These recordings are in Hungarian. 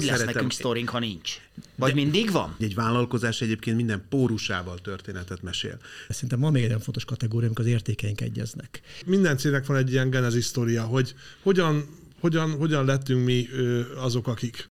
hogy lesz nekünk sztorink, ha nincs? Vagy mindig van? Egy vállalkozás egyébként minden pórusával történetet mesél. Szerintem van még egy olyan fontos kategória, amikor az értékeink egyeznek. Minden cégnek van egy ilyen genezis sztoria, hogy hogyan lettünk mi azok, akik.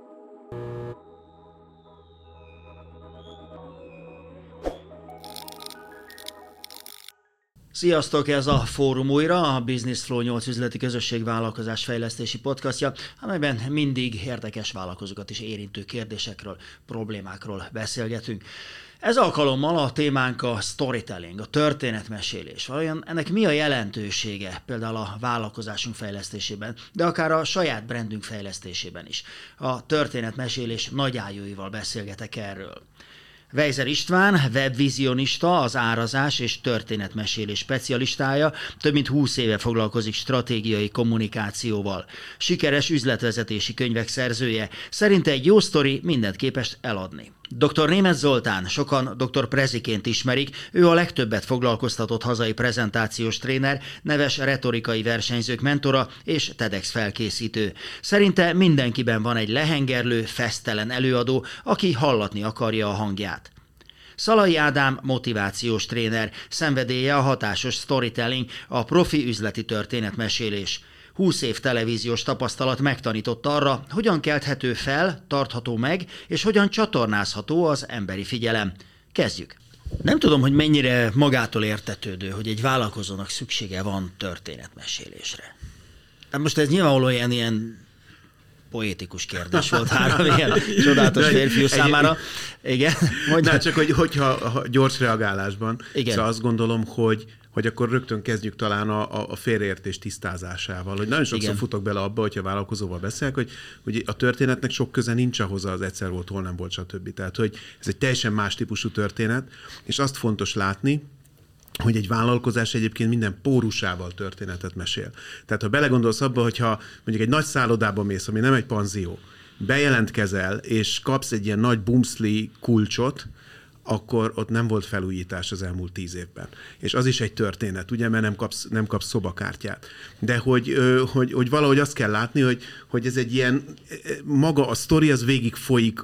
Sziasztok, ez a Fórum újra, a Business Flow 8 üzleti közösség vállalkozás fejlesztési podcastja, amelyben mindig érdekes vállalkozókat is érintő kérdésekről, problémákról beszélgetünk. Ez alkalommal a témánk a storytelling, a történetmesélés. Valójában ennek mi a jelentősége például a vállalkozásunk fejlesztésében, de akár a saját brandünk fejlesztésében is. A történetmesélés nagyájóival beszélgetek erről. Weiser István, webvizionista, az árazás és történetmesélés specialistája, több mint 20 éve foglalkozik stratégiai kommunikációval. Sikeres üzletvezetési könyvek szerzője, szerinte egy jó sztori mindent képes eladni. Dr. Németh Zoltán, sokan Dr. Preziként ismerik, ő a legtöbbet foglalkoztatott hazai prezentációs tréner, neves retorikai versenyzők mentora és TEDx felkészítő. Szerinte mindenkiben van egy lehengerlő, fesztelen előadó, aki hallatni akarja a hangját. Szalai Ádám motivációs tréner, szenvedélye a hatásos storytelling, a profi üzleti történetmesélés. 20 év televíziós tapasztalat megtanított arra, hogyan kelthető fel, tartható meg, és hogyan csatornázható az emberi figyelem. Kezdjük! Nem tudom, hogy mennyire magától értetődő, hogy egy vállalkozónak szüksége van történetmesélésre. De most ez nyilvánvalóan ilyen poétikus kérdés volt három ilyen csodálatos férfiú számára. Igen. Csak hogyha gyors reagálásban, szóval azt gondolom, hogy akkor rögtön kezdjük talán a félreértés tisztázásával. Hogy nagyon sokszor futok bele abba, hogyha vállalkozóval beszélek, hogy a történetnek sok köze nincs ahhoz az egyszer volt, hol nem volt, stb. Tehát, hogy ez egy teljesen más típusú történet, és azt fontos látni, hogy egy vállalkozás egyébként minden pórusával történetet mesél. Tehát, ha belegondolsz abba, hogyha mondjuk egy nagy szállodába mész, ami nem egy panzió, bejelentkezel, és kapsz egy ilyen nagy bumszli kulcsot, akkor ott nem volt felújítás az elmúlt 10 évben. És az is egy történet, ugye, mert nem kapsz szobakártyát. De hogy valahogy azt kell látni, hogy ez egy ilyen, maga a sztori, az végig folyik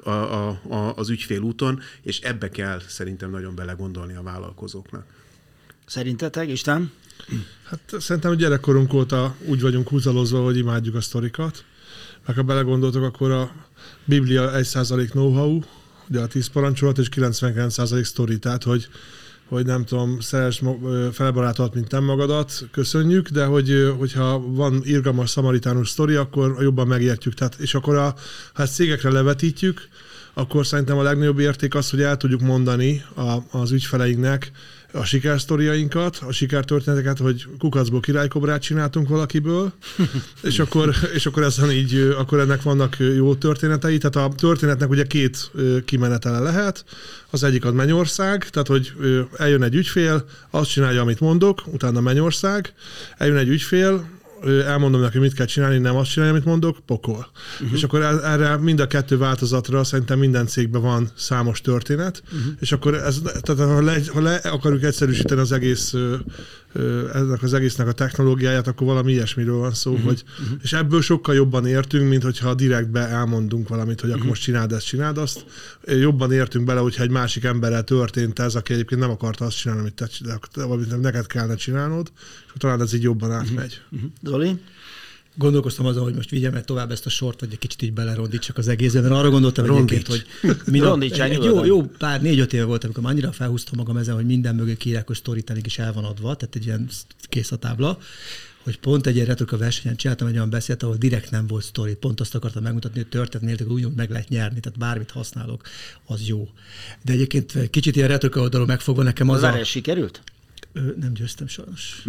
az ügyfélúton, és ebbe kell szerintem nagyon belegondolni a vállalkozóknak. Szerintetek, István? Hát szerintem a gyerekkorunk óta úgy vagyunk húzalozva, hogy imádjuk a sztorikat. Meg ha belegondoltok, akkor a Biblia 1% know-how, ugye a 10 parancsolat, és 99% sztori, tehát hogy nem tudom, szeress fele barátodat, mint te magadat, köszönjük, de hogyha van irgalmas szamaritánus sztori, akkor jobban megértjük. Tehát, és akkor ha ezt cégekre levetítjük, akkor szerintem a legnagyobb érték az, hogy el tudjuk mondani az ügyfeleinknek a sikersztoriainkat, a sikertörténeteket, hogy kukacból királykobrát csináltunk valakiből, és akkor ezen így, akkor ennek vannak jó történetei. Tehát a történetnek ugye 2 kimenetele lehet. Az egyik az mennyország, tehát hogy eljön egy ügyfél, azt csinálja, amit mondok, utána mennyország, eljön egy ügyfél, elmondom neki, mit kell csinálni, nem azt csinálja, amit mondok, pokol. És akkor erre mind a 2 változatra szerintem minden cégben van számos történet, és akkor tehát ha le akarjuk egyszerűsíteni az egész ennek az egésznek a technológiáját, akkor valami ilyesmiről van szó, és ebből sokkal jobban értünk, mint hogyha direktbe elmondunk valamit, hogy akkor most csináld azt. Jobban értünk bele, hogyha egy másik emberrel történt ez, aki egyébként nem akarta azt csinálni, amit neked kellene csinálnod, és talán ez így jobban átmegy. Zoli? Gondolkoztam azon, hogy most vigyem el tovább ezt a sort, vagy egy kicsit így belerondítsak az egészben, mert arra gondoltam egyébként, hogy jó pár 4-5 éve volt, amikor annyira felhúztam magam ezen, hogy minden mögé kiírják, hogy storytelling is el van adva, tehát egy ilyen kész a tábla, hogy pont egy ilyen retorika versenyen csináltam egy olyan beszélt, ahol direkt nem volt sztori. Pont azt akartam megmutatni, hogy történet nélkül úgy meg lehet nyerni, tehát bármit használok, az jó. De egyébként kicsit ilyen retorika oldalon megfogva nekem az sikerült? Nem győztem sajnos.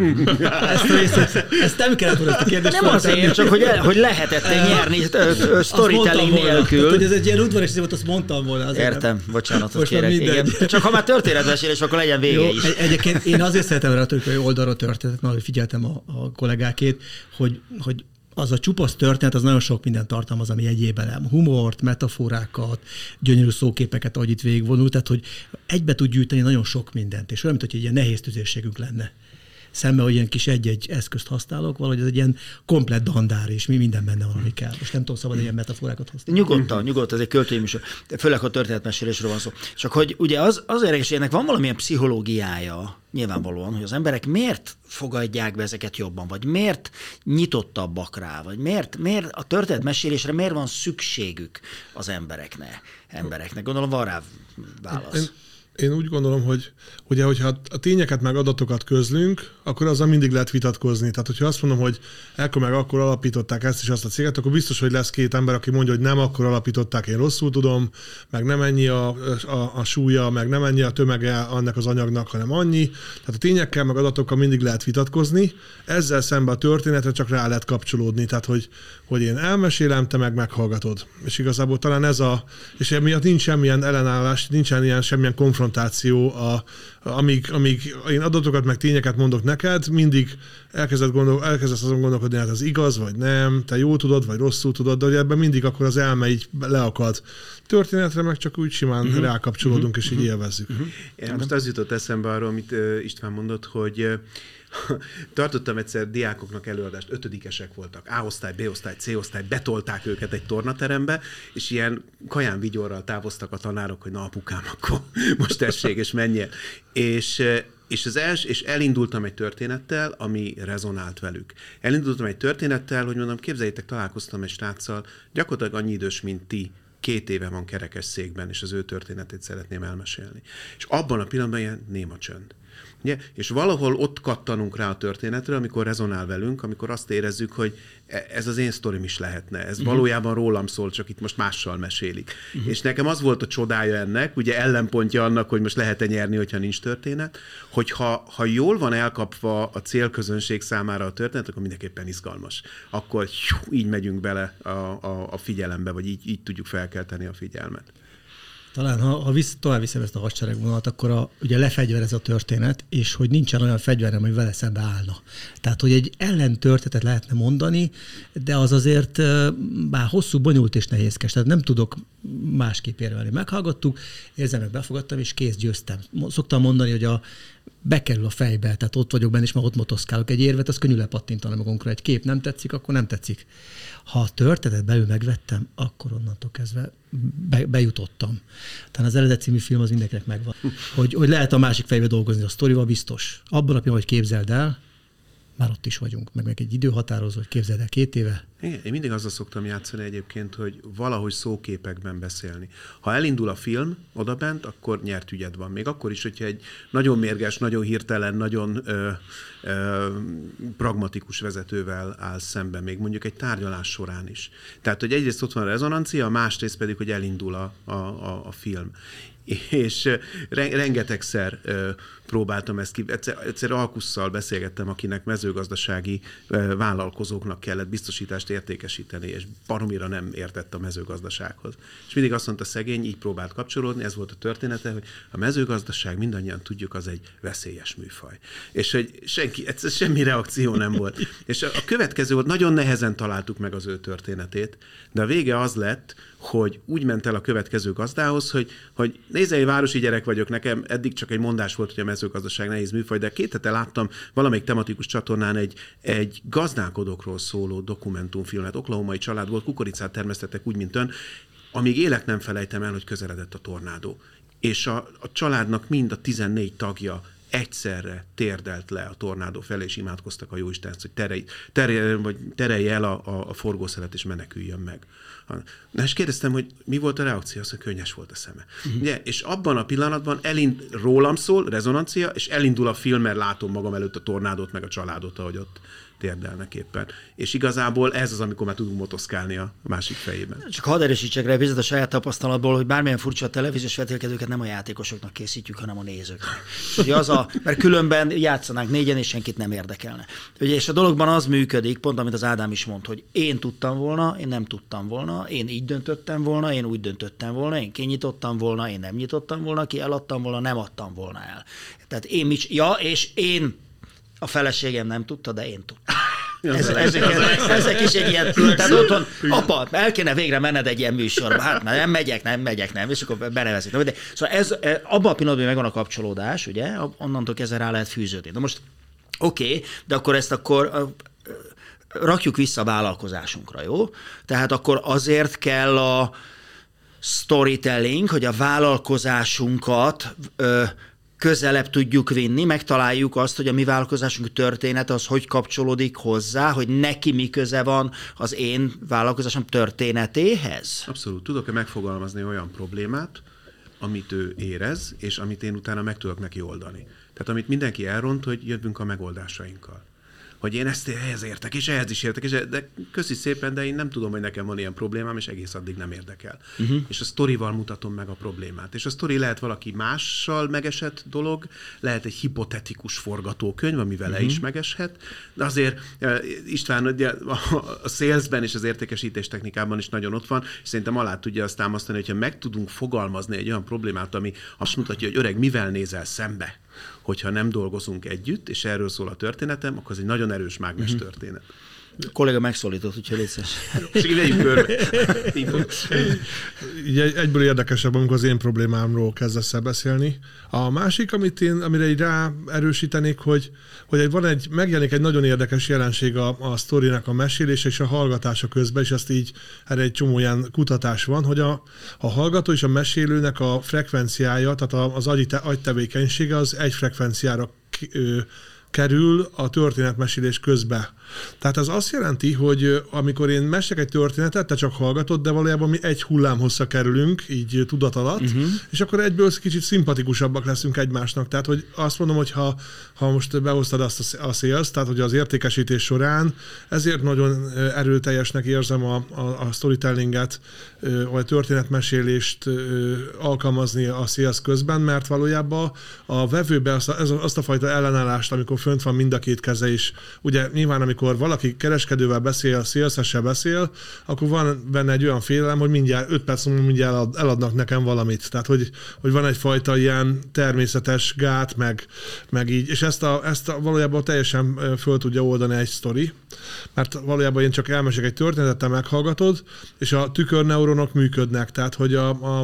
Ezt nem kellett volna ezt a kérdést. Nem azért, csak hogy lehetett nyerni storytelling nélkül. Tehát, hogy ez egy ilyen udvaros volt, azt mondtam volna. Értem, bocsánatot kérek. Igen. Csak ha már történetmesélés, akkor legyen vége jó, is. Egyébként én azért szeretem a retorikai oldalra történetet, mert figyeltem a kollégákét, hogy az a csupasz történet, az nagyon sok mindent tartalmaz, ami egyébben nem. Humort, metaforákat, gyönyörű szóképeket, ahogy itt végigvonul, tehát hogy egybe tud gyűjteni nagyon sok mindent, és olyan, mint hogy egy ilyen nehéz tüzérségünk lenne. szembe, hogy ilyen kis egy-egy eszközt használok, valahogy ez egy ilyen komplett dandár, és minden benne van, ami kell. Most nem tudom szabad ilyen metaforákat használni. Nyugodtan, ez egy költői műsor. Főleg, ha történetmesélésről van szó. Csak hogy ugye az érdekes, hogy ennek van valamilyen pszichológiája, nyilvánvalóan, hogy az emberek miért fogadják be ezeket jobban, vagy miért nyitottabbak rá, vagy miért a történetmesélésre miért van szükségük az embereknek. Gondolom van rá válasz. Én úgy gondolom, hogy ugye, hogyha a tényeket meg adatokat közlünk, akkor azzal mindig lehet vitatkozni. Tehát, hogyha azt mondom, hogy akkor alapították ezt és azt a céget, akkor biztos, hogy lesz két ember, aki mondja, hogy nem akkor alapították, én rosszul tudom, meg nem ennyi a súlya, meg nem ennyi a tömege annak az anyagnak, hanem annyi. Tehát a tényekkel meg adatokkal mindig lehet vitatkozni. Ezzel szemben a történetre csak rá lehet kapcsolódni. Tehát, hogy én elmesélem, te meg meghallgatod. És igazából talán és emiatt nincs semmilyen ellenállás, nincsen semmilyen konfrontáció, amíg én adatokat meg tényeket mondok neked, mindig elkezdesz azon gondolkodni, hát az igaz, vagy nem, te jól tudod, vagy rosszul tudod, de ebben mindig akkor az elme így leakad. Történetre meg csak úgy simán rákapcsolódunk, és így élvezzük. Most az jutott eszembe arról, amit István mondott, hogy tartottam egyszer diákoknak előadást, 5-esek voltak, A-osztály, B-osztály, C-osztály, betolták őket egy tornaterembe, és ilyen kaján vigyorral távoztak a tanárok, hogy na apukám, akkor most tessék, és menjél. És elindultam egy történettel, ami rezonált velük. Elindultam egy történettel, hogy mondom, képzeljétek, találkoztam egy sráccal, gyakorlatilag annyi idős, mint ti, 2 éve van kerekes székben, és az ő történetét szeretném elmesélni. És abban a pillanatban ilyen néma csönd. Ugye? És valahol ott kattanunk rá a történetre, amikor rezonál velünk, amikor azt érezzük, hogy ez az én sztorim is lehetne. Ez valójában rólam szól, csak itt most mással mesélik. És nekem az volt a csodája ennek, ugye ellenpontja annak, hogy most lehet-e nyerni, hogyha nincs történet, hogy ha jól van elkapva a célközönség számára a történet, akkor mindenképpen izgalmas. Akkor így megyünk bele a figyelembe, vagy így tudjuk felkelteni a figyelmet. Talán, ha tovább viszem ezt a hadseregvonalat, akkor ugye lefegyverez a történet, és hogy nincsen olyan fegyver, ami vele szembe állna. Tehát, hogy egy ellentörténetet lehetne mondani, de az azért bár hosszú, bonyolult és nehézkes. Tehát nem tudok másképp érvelni. Meghallgattuk, érzelmek befogadtam, és kész, győztem. Szoktam mondani, hogy bekerül a fejbe, tehát ott vagyok benne, és már ott motoszkálok egy érvet, az könnyű lepattintani magunkra. Egy kép nem tetszik, akkor nem tetszik. Ha a történetet belül megvettem, akkor onnantól kezdve bejutottam. Tehát az Eredet című film az mindenkinek megvan. Hogy lehet a másik fejbe dolgozni a sztorival, biztos. Abban a pillanatban, hogy képzeld el, már ott is vagyunk, meg egy időhatározó, hogy képzeld el 2 éve. Igen, én mindig azzal szoktam játszani egyébként, hogy valahogy szóképekben beszélni. Ha elindul a film odabent, akkor nyert ügyed van. Még akkor is, hogyha egy nagyon mérges, nagyon hirtelen, nagyon pragmatikus vezetővel áll szemben, még mondjuk egy tárgyalás során is. Tehát, hogy egyrészt ott van a rezonancia, másrészt pedig, hogy elindul a film. És rengetegszer próbáltam ezt ki. Egyszer Alkusszal beszélgettem, akinek mezőgazdasági vállalkozóknak kellett biztosítást értékesíteni, és baromira nem értett a mezőgazdasághoz. És mindig azt mondta, szegény, így próbált kapcsolódni, ez volt a története, hogy a mezőgazdaság, mindannyian tudjuk, az egy veszélyes műfaj. És hogy semmi reakció nem volt. És a következő volt, nagyon nehezen találtuk meg az ő történetét, de a vége az lett, hogy úgy ment el a következő gazdához, hogy nézze, egy városi gyerek vagyok, nekem eddig csak egy mondás volt, hogy a mezőgazdaság nehéz műfaj, de 2 hete láttam valamelyik tematikus csatornán egy gazdálkodókról szóló dokumentumfilmet. Oklahomai család volt, kukoricát termesztettek úgy, mint ön, amíg élek nem felejtem el, hogy közeledett a tornádó. És a családnak mind a 14 tagja egyszerre térdelt le a tornádó felé, és imádkoztak a Jóistent, hogy terelje el a forgószelet, és meneküljön meg. Na, és kérdeztem, hogy mi volt a reakció, az, hogy könnyes volt a szeme. Ugye? És abban a pillanatban rólam szól, rezonancia, és elindul a film, mert látom magam előtt a tornádót, meg a családot, ahogy ott térdelnek éppen. És igazából ez az, amikor már tudunk motoszkálni a másik fejében. Csak hadd erősítsek rá a saját tapasztalatból, hogy bármilyen furcsa a televíziós vetélkedőket nem a játékosoknak készítjük, hanem a nézőknek. Ugye mert különben játszanánk 4-en, és senkit nem érdekelne. Ugye, és a dologban az működik, pont amit az Ádám is mond, hogy én tudtam volna, én nem tudtam volna, én így döntöttem volna, én úgy döntöttem volna, én kinyitottam volna, én nem nyitottam volna ki, eladtam volna, nem adtam volna el. Tehát és én a feleségem nem tudta, de én tudtam. Ezek is egy ilyen, tehát otthon, apa, el kéne végre menned egy ilyen műsorba, hát nem megyek, és akkor benevezik. Szóval abban a pillanatban megvan a kapcsolódás, ugye, onnantól kezdve rá lehet fűződni. Na most Oké, de akkor ezt rakjuk vissza a vállalkozásunkra, jó? Tehát akkor azért kell a storytelling, hogy a vállalkozásunkat közelebb tudjuk vinni, megtaláljuk azt, hogy a mi vállalkozásunk története az hogy kapcsolódik hozzá, hogy neki mi köze van az én vállalkozásom történetéhez? Abszolút. Tudok-e megfogalmazni olyan problémát, amit ő érez, és amit én utána meg tudok neki oldani. Tehát amit mindenki elront, hogy jövünk a megoldásainkkal. Hogy én ehhez értek, és ehhez is értek, de köszi szépen, de én nem tudom, hogy nekem van ilyen problémám, és egész addig nem érdekel. És a sztorival mutatom meg a problémát. És a sztori lehet valaki mással megesett dolog, lehet egy hipotetikus forgatókönyv, ami vele is megeshet, de azért István ugye, a salesben és az értékesítés technikában is nagyon ott van, és szerintem alá tudja azt támasztani, hogyha meg tudunk fogalmazni egy olyan problémát, ami azt mutatja, hogy öreg, mivel nézel szembe, hogyha nem dolgozunk együtt, és erről szól a történetem, akkor ez egy nagyon erős mágnes történet. A kolléga megszólított, úgyhogy légy szíves. Egyből érdekesebb, amikor az én problémámról kezdesz el beszélni. A másik, amire így rá erősítenék, hogy megjelenik egy nagyon érdekes jelenség a sztorinak a mesélése és a hallgatása közben, és ezt így erre egy csomó ilyen kutatás van, hogy a hallgató és a mesélőnek a frekvenciája, tehát az agytevékenysége az egy frekvenciára kerül a történetmesélés közben. Tehát ez azt jelenti, hogy amikor én mesélek egy történetet, te csak hallgatod, de valójában mi egy hullámhosszra kerülünk, így tudat alatt, és akkor egyből kicsit szimpatikusabbak leszünk egymásnak. Tehát, hogy azt mondom, hogy ha most behoztad azt a sales, tehát, hogy az értékesítés során ezért nagyon erőteljesnek érzem a storytellinget, vagy a történetmesélést alkalmazni a sales közben, mert valójában a vevőbe azt a fajta ellenállást, amikor fönt van mind a két keze is, ugye nyilván amikor valaki kereskedővel beszél, salesessel beszél, akkor van benne egy olyan félelem, hogy mindjárt 5 perc múlva mindjárt eladnak nekem valamit. Tehát, hogy van egyfajta ilyen természetes gát, meg így, és ezt valójában teljesen föl tudja oldani egy sztori, mert valójában én csak elmesek egy történetet, te meghallgatod, és a tükörneuronok működnek. Tehát, hogy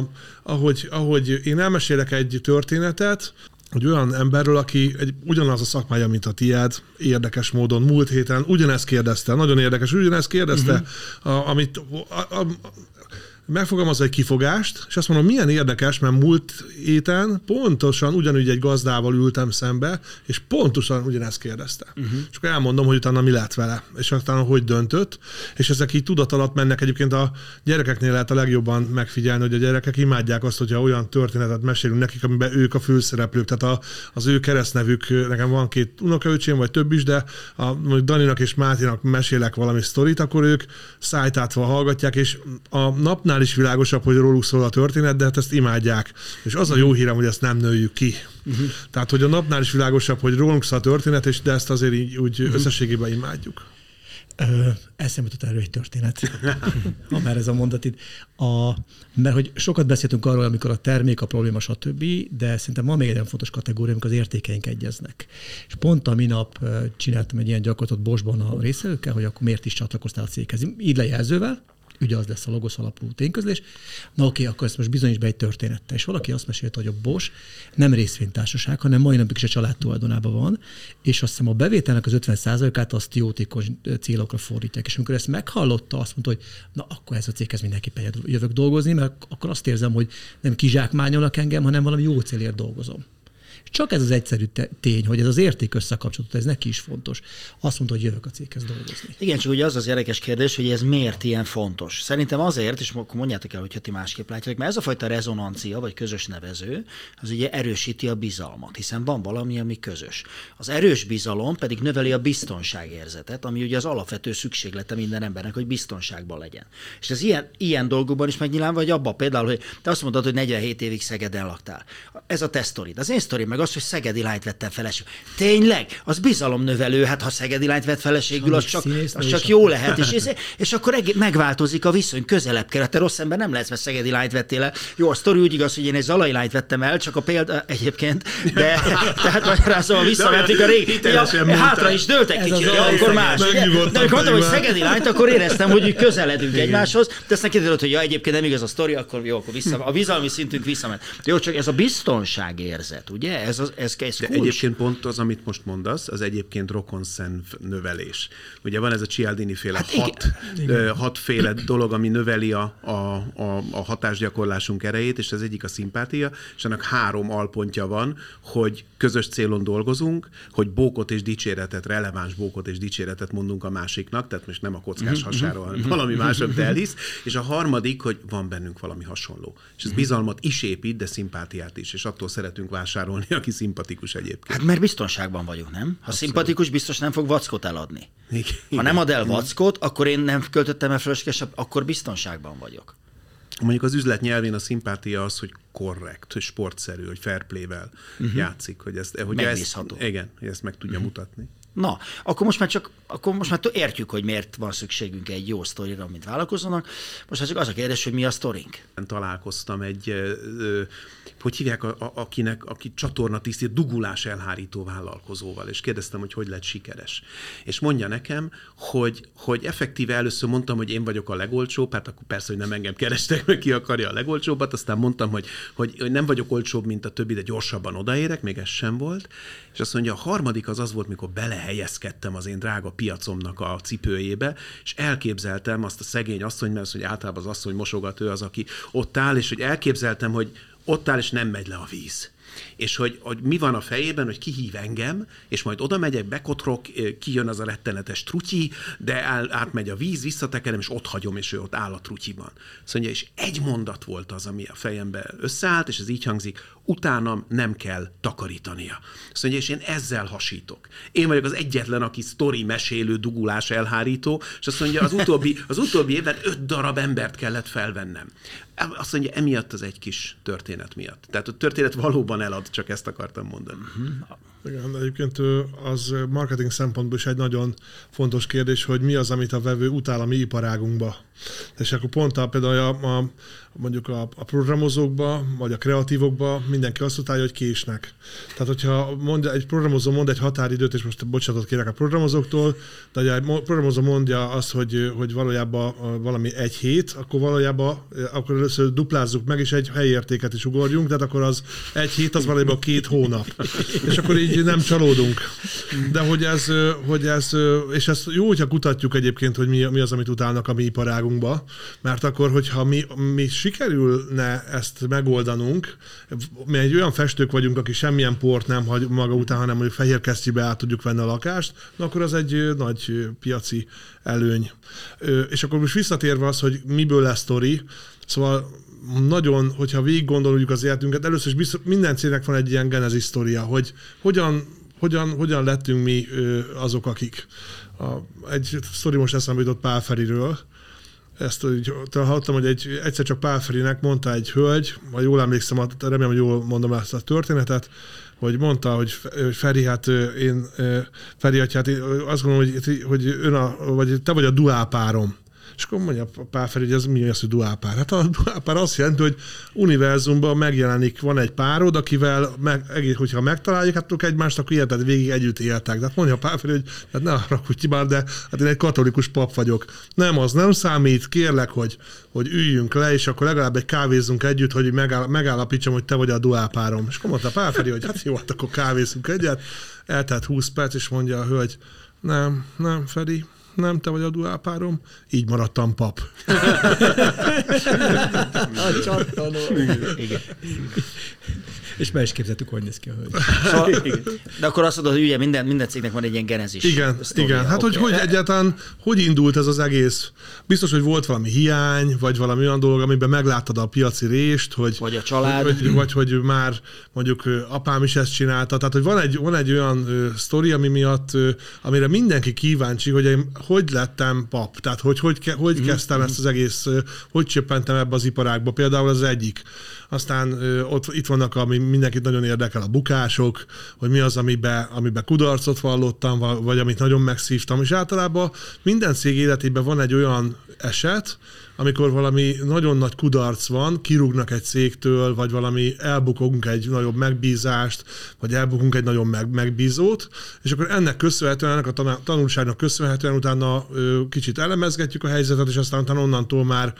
ahogy én elmesélek egy történetet, hogy olyan emberről, aki ugyanaz a szakmája, mint a tiéd, érdekes módon múlt héten ugyanezt kérdezte, nagyon érdekes, ugyanezt kérdezte, amit megfogalmazza egy kifogást, és azt mondom, milyen érdekes, mert múlt héten pontosan ugyanúgy egy gazdával ültem szembe, és pontosan ugyanezt kérdezte. És akkor elmondom, hogy utána mi lett vele, és utána hogy döntött, és ezek így tudat alatt mennek. Egyébként a gyerekeknél lehet a legjobban megfigyelni, hogy a gyerekek imádják azt, hogyha olyan történetet mesélünk nekik, amiben ők a főszereplők, tehát az ő keresztnevük, nekem van 2 unokaöcsém, vagy több is, de mondjuk Daninak és Máténak mesélek valami sztorit, akkor ők szájtátva hallgatják, és a napnál is világosabb, hogy róluk szól a történet, de hát ezt imádják. És az a jó hírem, hogy ezt nem nőjük ki. Tehát, hogy a napnál is világosabb, hogy rólunk szól a történet, de ezt azért így úgy összességében imádjuk. Eszembe jutott erről egy történet, ha már ez a mondat itt. Mert hogy sokat beszéltünk arról, amikor a termék, a probléma, stb., de szerintem van még egy olyan fontos kategória, amikor az értékeink egyeznek. És pont a minap csináltam egy ilyen gyakorlatot Boschban a részvevőkkel, hogy akkor miért is csatlakoztál a céghez. Így lejelzővel, ugye az lesz a Logos alapú tényközlés. Na oké, akkor ezt most bizonyíts be egy történettel. És valaki azt mesélte, hogy a Bosch nem részvénytársaság, hanem mai napig is a család tulajdonában van, és azt hiszem a bevételnek az 50%-át azt jótékony célokra fordítják. És amikor ezt meghallotta, azt mondta, hogy na akkor ez a céghez mindenképpen jövök dolgozni, mert akkor azt érzem, hogy nem kizsákmányolnak engem, hanem valami jó célért dolgozom. Csak ez az egyszerű tény, hogy ez az érték összekapcsolatot, ez neki is fontos. Azt mondta, hogy jövök a céghez dolgozni. Igen, csak ugye az érdekes kérdés, hogy ez miért ilyen fontos. Szerintem azért, és akkor mondjátok el, hogyha ti másképp látjátok, mert ez a fajta rezonancia, vagy közös nevező, az ugye erősíti a bizalmat, hiszen van valami, ami közös. Az erős bizalom pedig növeli a biztonságérzetet, ami ugye az alapvető szükséglete minden embernek, hogy biztonságban legyen. És ez ilyen dolgokban is megnyilván, vagy abban például, hogy te azt mondtad, hogy 47 évig Szegeden laktál. Ez a te sztorid. Az én sztorim meg az, hogy szegedi lányt vettem feleségül. Tényleg? Az bizalomnövelő, hát ha szegedi lányt vett feleségül, az csak jó lehet. És akkor megváltozik a viszony, közelebb kell. Te rossz ember nem lesz, mert szegedi lányt vettél el. Jó, a sztori úgy igaz, hogy én egy zalai lányt vettem el, csak a példa egyébként, de tehát magyarázom, visszavették a régi. Hátra is dőltek kicsit, akkor más. De amikor mondtam, hogy szegedi lányt, akkor éreztem, hogy közeledünk egymáshoz, de aztán kiderült, hogy egyébként nem igaz a sztori, akkor jó, akkor a bizalmi szintünk visszament. Jó, csak ez a biztonságérzet, ugye? ez kulcs. De egyébként pont az, amit most mondasz, az egyébként rokonszenv növelés. Ugye van ez a Cialdini-féle hatféle dolog, ami növeli a hatásgyakorlásunk erejét, és az egyik a szimpátia, és annak 3 alpontja van, hogy közös célon dolgozunk, hogy bókot és dicséretet, releváns bókot és dicséretet mondunk a másiknak, tehát most nem a kockás hasáról, hanem valami mások elhisz, és a harmadik, hogy van bennünk valami hasonló. És ez bizalmat is épít, de szimpátiát is, és attól szeretünk vásárolni, aki szimpatikus egyébként. Hát mert biztonságban vagyok, nem? Ha abszolút. Szimpatikus, biztos nem fog vackot eladni. Igen. Ha nem ad el vackot, akkor én nem költöttem el fölöslegesebb, akkor biztonságban vagyok. Mondjuk az üzlet nyelvén a szimpátia az, hogy korrekt, hogy sportszerű, hogy fair play-vel játszik, hogy megbízható. Hogy ezt meg tudja mutatni. Na, akkor most már értjük, hogy miért van szükségünk egy jó sztorira, mint vállalkozónak. Most már csak az a kérdés, hogy mi a sztorink. Találkoztam egy, hogy hívják, aki csatornatisztít, dugulás elhárító vállalkozóval, és kérdeztem, hogy lett sikeres. És mondja nekem, hogy effektíve először mondtam, hogy én vagyok a legolcsóbb, hát akkor persze, hogy nem engem kerestek meg, ki akarja a legolcsóbbat, aztán mondtam, hogy nem vagyok olcsóbb, mint a többi, de gyorsabban odaérek, még ez sem volt. És azt mondja, a harmadik az volt, mikor belehelyezkedtem az én drága piacomnak a cipőjébe, és elképzeltem azt a szegény asszonyt, mert hogy általában az asszony mosogat, ő az, aki ott áll, és hogy elképzeltem, hogy ott áll, és nem megy le a víz. És hogy mi van a fejében, hogy kihív engem, és majd oda megyek, bekotrok, kijön az a rettenetes trutyi, de átmegy a víz, visszatekerem, és ott hagyom, és ő ott áll a trutyiban. Azt mondja, és egy mondat volt az, ami a fejembe összeállt, és ez így hangzik, utánam nem kell takarítania. Azt mondja, és én ezzel hasítok. Én vagyok az egyetlen, aki sztori mesélő, dugulás elhárító, és azt mondja, az utóbbi évben 5 darab embert kellett felvennem. Azt mondja, emiatt az egy kis történet miatt. Tehát a történet valóban elad, csak ezt akartam mondani. Igen, egyébként az marketing szempontból is egy nagyon fontos kérdés, hogy mi az, amit a vevő utál a mi iparágunkba. És akkor pont például mondjuk a programozókba, vagy a kreatívokba mindenki azt utálja, hogy késnek. Tehát, hogyha egy programozó mond egy határidőt, és most bocsánatot kérek a programozóktól, de egy programozó mondja azt, hogy valójában valami 1 hét, akkor valójában akkor először duplázzuk meg, és egy helyértéket is ugorjunk, tehát akkor az 1 hét, az valójában 2 hónap. És akkor így nem csalódunk. De hogy ez és ezt jó, hogyha kutatjuk egyébként, hogy mi az, amit utálnak a mi iparágunkba, mert akkor, hogyha mi sikerülne ezt megoldanunk, mi egy olyan festők vagyunk, aki semmilyen port nem hagy maga után, hanem mondjuk fehér kesztyűbe át tudjuk venni a lakást, na akkor az egy nagy piaci előny. És akkor most visszatérve az, hogy miből lesz sztori, szóval nagyon, hogyha végig gondoljuk az életünket, először is minden cégnek van egy ilyen genezis sztoria, hogy hogyan lettünk mi azok, akik. Egy sztori most eszembe jutott Pál Feriről. Ezt hallottam, hogy egyszer csak Pál Ferinek mondta egy hölgy, vagy jól emlékszem, remélem, hogy jól mondom ezt a történetet, hogy mondta, hogy Feri, hát Feri, hát én azt gondolom, hogy vagy te vagy a duálpárom. És akkor mondja Pál Feri, hogy ez mi az, hogy duálpár? Hát a duálpár azt jelenti, hogy univerzumban megjelenik, van egy párod, akivel, hogyha megtaláljuk, hát tudok egymást, akkor életed végig együtt éltek. De hát mondja Pál Feri, hogy hát ne haragudj már, de hát én egy katolikus pap vagyok. Nem, az nem számít, kérlek, hogy üljünk le, és akkor legalább egy kávézzunk együtt, hogy megállapítsam, hogy te vagy a duálpárom. És akkor mondta Pál Feri, hogy hát jó, hát akkor kávézzunk egyet. Eltelt 20 perc, és mondja a hölgy, nem, Feri, nem, te vagy a duálpárom, így maradtam pap. A csattanó. Igen. És be is képzeltük, hogy néz ki a hölgy. Szóval, de akkor azt mondod, hogy ugye minden cégnek van egy ilyen genezis. Igen. Hát okay. hogy egyáltalán, hogy indult ez az egész? Biztos, hogy volt valami hiány, vagy valami olyan dolog, amiben megláttad a piaci rést, hogy a család. Vagy hogy már mondjuk apám is ezt csinálta. Tehát, hogy van egy olyan sztori, amire mindenki kíváncsi, hogy én hogy lettem pap. Tehát, hogy kezdtem ezt az egész, hogy csöppentem ebbe az iparágba. Például az egyik. Aztán itt vannak, ami mindenkit nagyon érdekel, a bukások, hogy mi az, amiben kudarcot vallottam, vagy amit nagyon megszívtam. És általában minden cég életében van egy olyan eset, amikor valami nagyon nagy kudarc van, kirúgnak egy cégtől, vagy valami elbukunk egy nagyobb megbízást, vagy elbukunk egy nagyon megbízót, és akkor ennek köszönhetően, ennek a tanulságnak köszönhetően utána kicsit elemezgetjük a helyzetet, és aztán utána onnantól már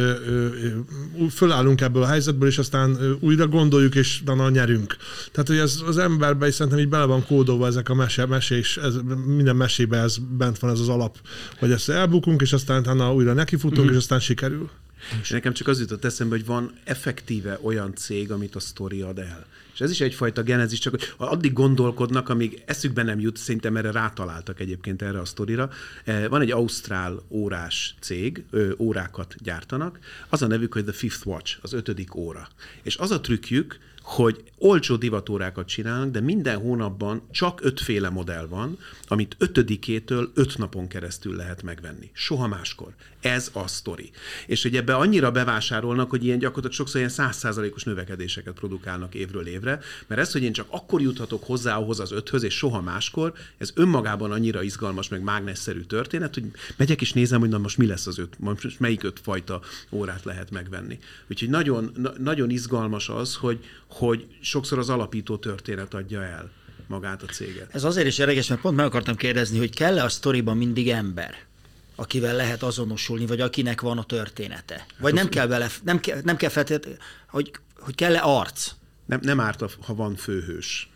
fölállunk ebből a helyzetből, és aztán újra gondoljuk, és utána nyerünk. Tehát, hogy ez az emberben is szerintem így bele van kódolva ezek a mesés, minden mesében ez bent van ez az alap, hogy ezt elbukunk, és aztán utána újra nekifutunk, és aztán sikerül. És nekem csak az jutott eszembe, hogy van effektíve olyan cég, amit a sztori ad el. És ez is egyfajta genezis, csak hogy addig gondolkodnak, amíg eszükbe nem jut, szerintem erre rátaláltak egyébként erre a sztorira. Van egy ausztrál órás cég, órákat gyártanak, az a nevük, hogy The Fifth Watch, az 5. óra. És az a trükkjük, hogy olcsó divatórákat csinálnak, de minden hónapban csak 5 féle modell van, amit 5-től 5 napon keresztül lehet megvenni. Soha máskor. Ez a sztori. És hogy ebbe annyira bevásárolnak, hogy ilyen gyakorlatilag sokszor ilyen 100%-os növekedéseket produkálnak évről évre, mert ez, hogy én csak akkor juthatok hozzá ahhoz az 5-höz, és soha máskor, ez önmagában annyira izgalmas, meg mágnesszerű történet, hogy megyek és nézem, hogy na most mi lesz az 5, most melyik 5 fajta órát lehet megvenni. Úgyhogy nagyon, nagyon izgalmas az, hogy sokszor az alapító történet adja el magát a céget. Ez azért is érdekes, mert pont meg akartam kérdezni, hogy kell-e a sztoriban mindig ember, akivel lehet azonosulni, vagy akinek van a története? Vagy nem kell feltétlenül, hogy kell-e arc? Nem árt, ha van főhős.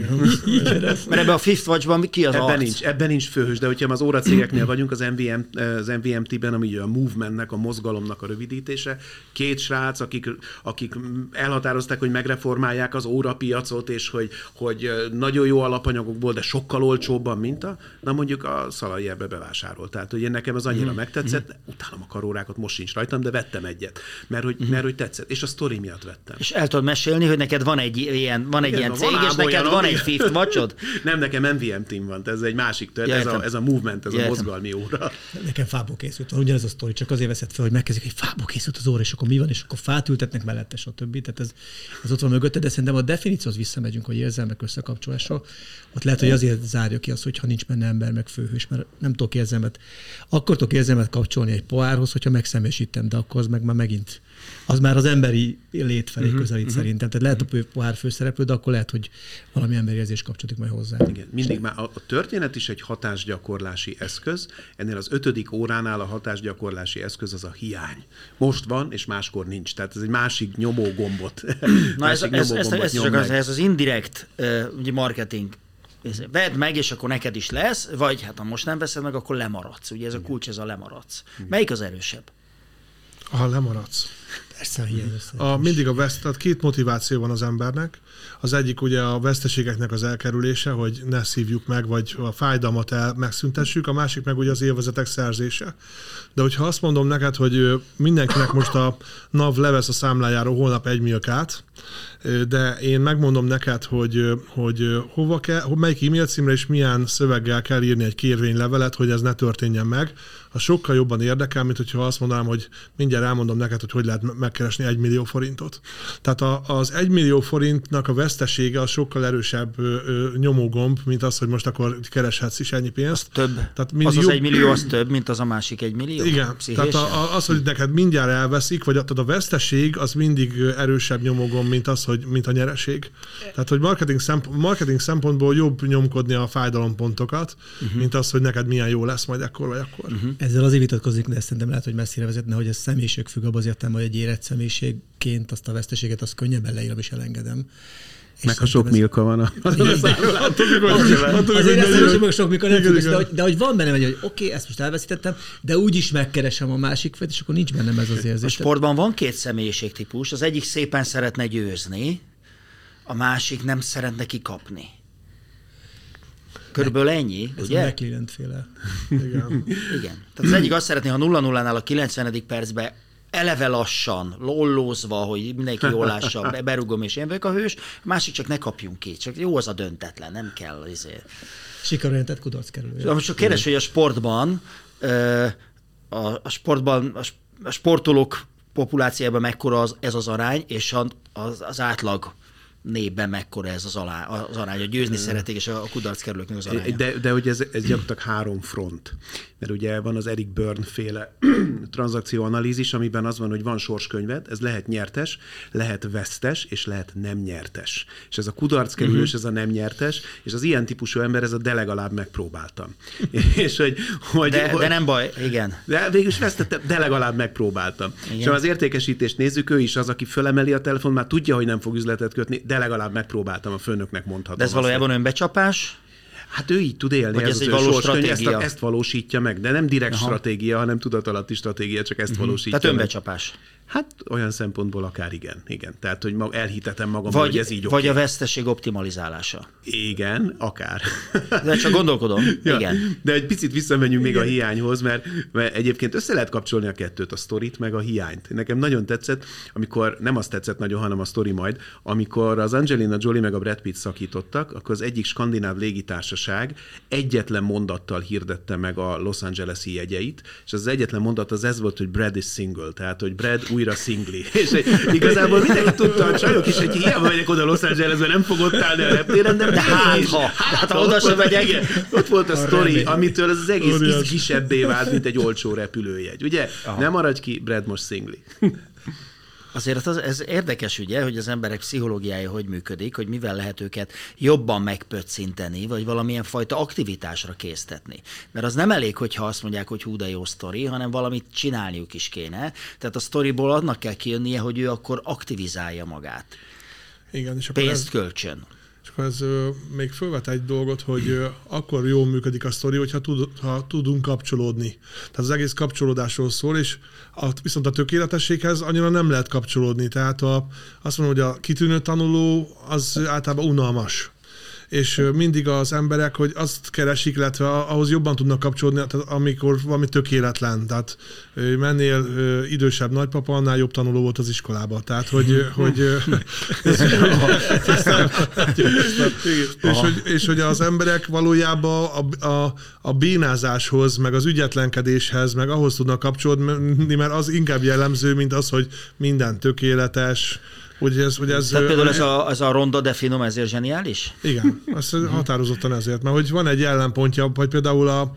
Mert ebben a Fifth Watchban ki az arc? Ebben nincs főhős, de hogyha az óracégeknél vagyunk, az MVMT-ben, ami a movementnek, a mozgalomnak a rövidítése, 2 srác, akik elhatározták, hogy megreformálják az órapiacot, és hogy nagyon jó alapanyagokból, de sokkal olcsóbban, mint mondjuk a Szalai ebbe bevásárolt. Tehát, hogy nekem az annyira megtetszett, utálom a karórákat, most sincs rajtam, de vettem egyet, mert hogy tetszett, és a sztori miatt vettem. És el tudod mesélni, hogy neked van egy ilyen cég, és neked van egy Fifth Watchod? Nem, nekem MVM-tim van, ez egy másik történet, ez a movement, ez a mozgalmi óra. Nekem fából készült, ugyanez a sztori, csak azért veszett fel, hogy megkezdik, hogy fából készült az óra, és akkor mi van, és akkor fát ültetnek mellette, stb. Tehát ez ott van mögötte, de szerintem a definícióhoz visszamegyünk, hogy érzelmek összekapcsolása. Ott lehet, hogy azért zárja ki azt, hogyha nincs benne ember, meg főhős, mert nem tudok érzelmet. Akkor tudok érzelmet kapcsolni egy pohárhoz, hogyha megszemélyesítem, de akkor az meg már megint az már az emberi lét felé közelít szerintem. Tehát lehet a pohár főszereplő, de akkor lehet, hogy valami emberi érzés kapcsolódik majd hozzá. Igen, mindig már a történet is egy hatásgyakorlási eszköz. Ennél az 5. óránál a hatásgyakorlási eszköz az a hiány. Most van, és máskor nincs. Tehát ez egy másik nyomógombot. Na ez az indirekt marketing. Vedd meg, és akkor neked is lesz, vagy hát ha most nem veszed meg, akkor lemaradsz. Ugye ez a kulcs, ez a lemaradsz. Melyik az erősebb? Ha lemaradsz. Persze, mindig tehát 2 motiváció van az embernek. Az egyik ugye a veszteségeknek az elkerülése, hogy ne szívjuk meg, vagy a fájdalmat megszüntessük, a másik meg ugye az élvezetek szerzése. De hogyha azt mondom neked, hogy mindenkinek most a NAV levesz a számlájáról holnap 1 milkát, de én megmondom neked, hogy hova kell, melyik e-mail címre és milyen szöveggel kell írni egy kérvénylevelet, hogy ez ne történjen meg, az sokkal jobban érdekel, mint hogyha azt mondanám, hogy mindjárt elmondom neked, hogy lehet megkeresni 1 millió forintot. Tehát az 1 millió forintnak a vesztesége az sokkal erősebb nyomógomb, mint az, hogy most akkor kereshetsz is ennyi pénzt. Az több. Tehát az 1 millió az több, mint az a másik 1 millió? Igen. Tehát az, hogy neked mindjárt elveszik, vagy tehát a veszteség az mindig erősebb nyomógomb, mint a nyereség. Tehát, hogy marketing szempontból jobb nyomkodni a fájdalompontokat, mint az, hogy neked milyen jó lesz majd ekkor vagy akkor. Ezzel azért vitatkozik, de szerintem lehet, hogy messzire vezetne, hogy ez személyiség függ, abban azért nem, hogy egy érett személyiségként azt a veszteséget azt könnyebben leírom és elengedem. Meg ha sok milka van azért ezt sok milka nem tudok, de hogy van bennem, hogy oké, ezt most elveszítettem, de úgyis megkeresem a másik felet, és akkor nincs bennem ez az érzés. A sportban van 2 személyiségtípus, az egyik szépen szeretne győzni, a másik nem szeretne kikapni. Körülbelül ennyi, ez ugye? Ez a McLaren-féle. Igen. Igen. Tehát az egyik azt szeretné, ha 0-0-nál a 90. percben eleve lassan, lollózva, hogy mindenki jól lássa, berugom és én vagyok a hős, a másik csak ne kapjunk ki, csak jó az a döntetlen, nem kell. Sikerorientált kudarc kerül. Most csak kérdés, hogy a sportban, a sportolók populációjában mekkora ez az arány, és az átlag népben mekkora ez az arány, hogy győzni szeretik, és a kudarc kerülőknek az aránya. De hogy ez gyakorlatilag 3 front. Mert ugye van az Eric Berne féle tranzakcióanalízis, amiben az van, hogy van sorskönyved, ez lehet nyertes, lehet vesztes, és lehet nem nyertes. És ez a kudarc kerülős, ez a nem nyertes, és az ilyen típusú ember, ez a de legalább megpróbáltam. És de nem baj, igen. De végülis vesztettem, de legalább megpróbáltam. Igen. És ha az értékesítést nézzük, ő is az, aki fölemeli a telefon, már tudja, hogy nem fog üzletet kötni, de legalább megpróbáltam, a főnöknek mondhatom. De ez valójában önbecsapás? Hát ő így tud élni. Vagy ez egy valós stratégia? Ezt valósítja meg, de nem direkt stratégia, hanem tudatalatti stratégia, csak ezt valósítja. Tehát önbecsapás. Hát olyan szempontból akár igen. Tehát, hogy elhitetem magam, hogy ez így vagy a veszteség optimalizálása. Igen, akár. De csak gondolkodom. Ja, igen. De egy picit visszamegyünk még a hiányhoz, mert egyébként össze lehet kapcsolni a kettőt, a sztorit meg a hiányt. Nekem nagyon tetszett, amikor, nem azt tetszett nagyon, hanem a sztori majd, amikor az Angelina Jolie meg a Brad Pitt szakítottak, akkor az egyik skandináv légitársaság egyetlen mondattal hirdette meg a Los Angeles-i jegyeit, és az egyetlen mondat az ez volt, hogy Brad is single, tehát, hogy Brad újra szingli. És igazából mindenki tudta, a csajok is, hogy hiába megyek oda Los Angelesbe, nem fog ott állni a reptéren, de hát oda sem megyek. Ott volt a sztori, amitől az egész izgisebbé vált, mint egy olcsó repülőjegy. Ugye? Nem maradj ki, Brad most szingli. Azért ez érdekes, ugye, hogy az emberek pszichológiája hogy működik, hogy mivel lehet őket jobban megpöccinteni, vagy valamilyen fajta aktivitásra késztetni. Mert az nem elég, hogyha azt mondják, hogy hú, de jó sztori, hanem valamit csinálniuk is kéne. Tehát a sztoriból annak kell kijönnie, hogy ő akkor aktivizálja magát. Igen, és pénzt kölcsön. És akkor ez még fölvet egy dolgot, hogy akkor jól működik a sztori, hogyha tudunk kapcsolódni. Tehát az egész kapcsolódásról szól, és viszont a tökéletességhez annyira nem lehet kapcsolódni. Tehát azt mondom, hogy a kitűnő tanuló az általában unalmas. És mindig az emberek, hogy azt keresik, illetve ahhoz jobban tudnak kapcsolódni, tehát amikor valami tökéletlen. Tehát mennél idősebb nagypapa, annál jobb tanuló volt az iskolában. Tehát, és hogy az emberek valójában a bénázáshoz, meg az ügyetlenkedéshez, meg ahhoz tudnak kapcsolódni, mert az inkább jellemző, mint az, hogy minden tökéletes. Tehát például ez a ronda de finom, ezért zseniális? Igen, azt határozottan ezért, mert hogy van egy ellenpontja, vagy például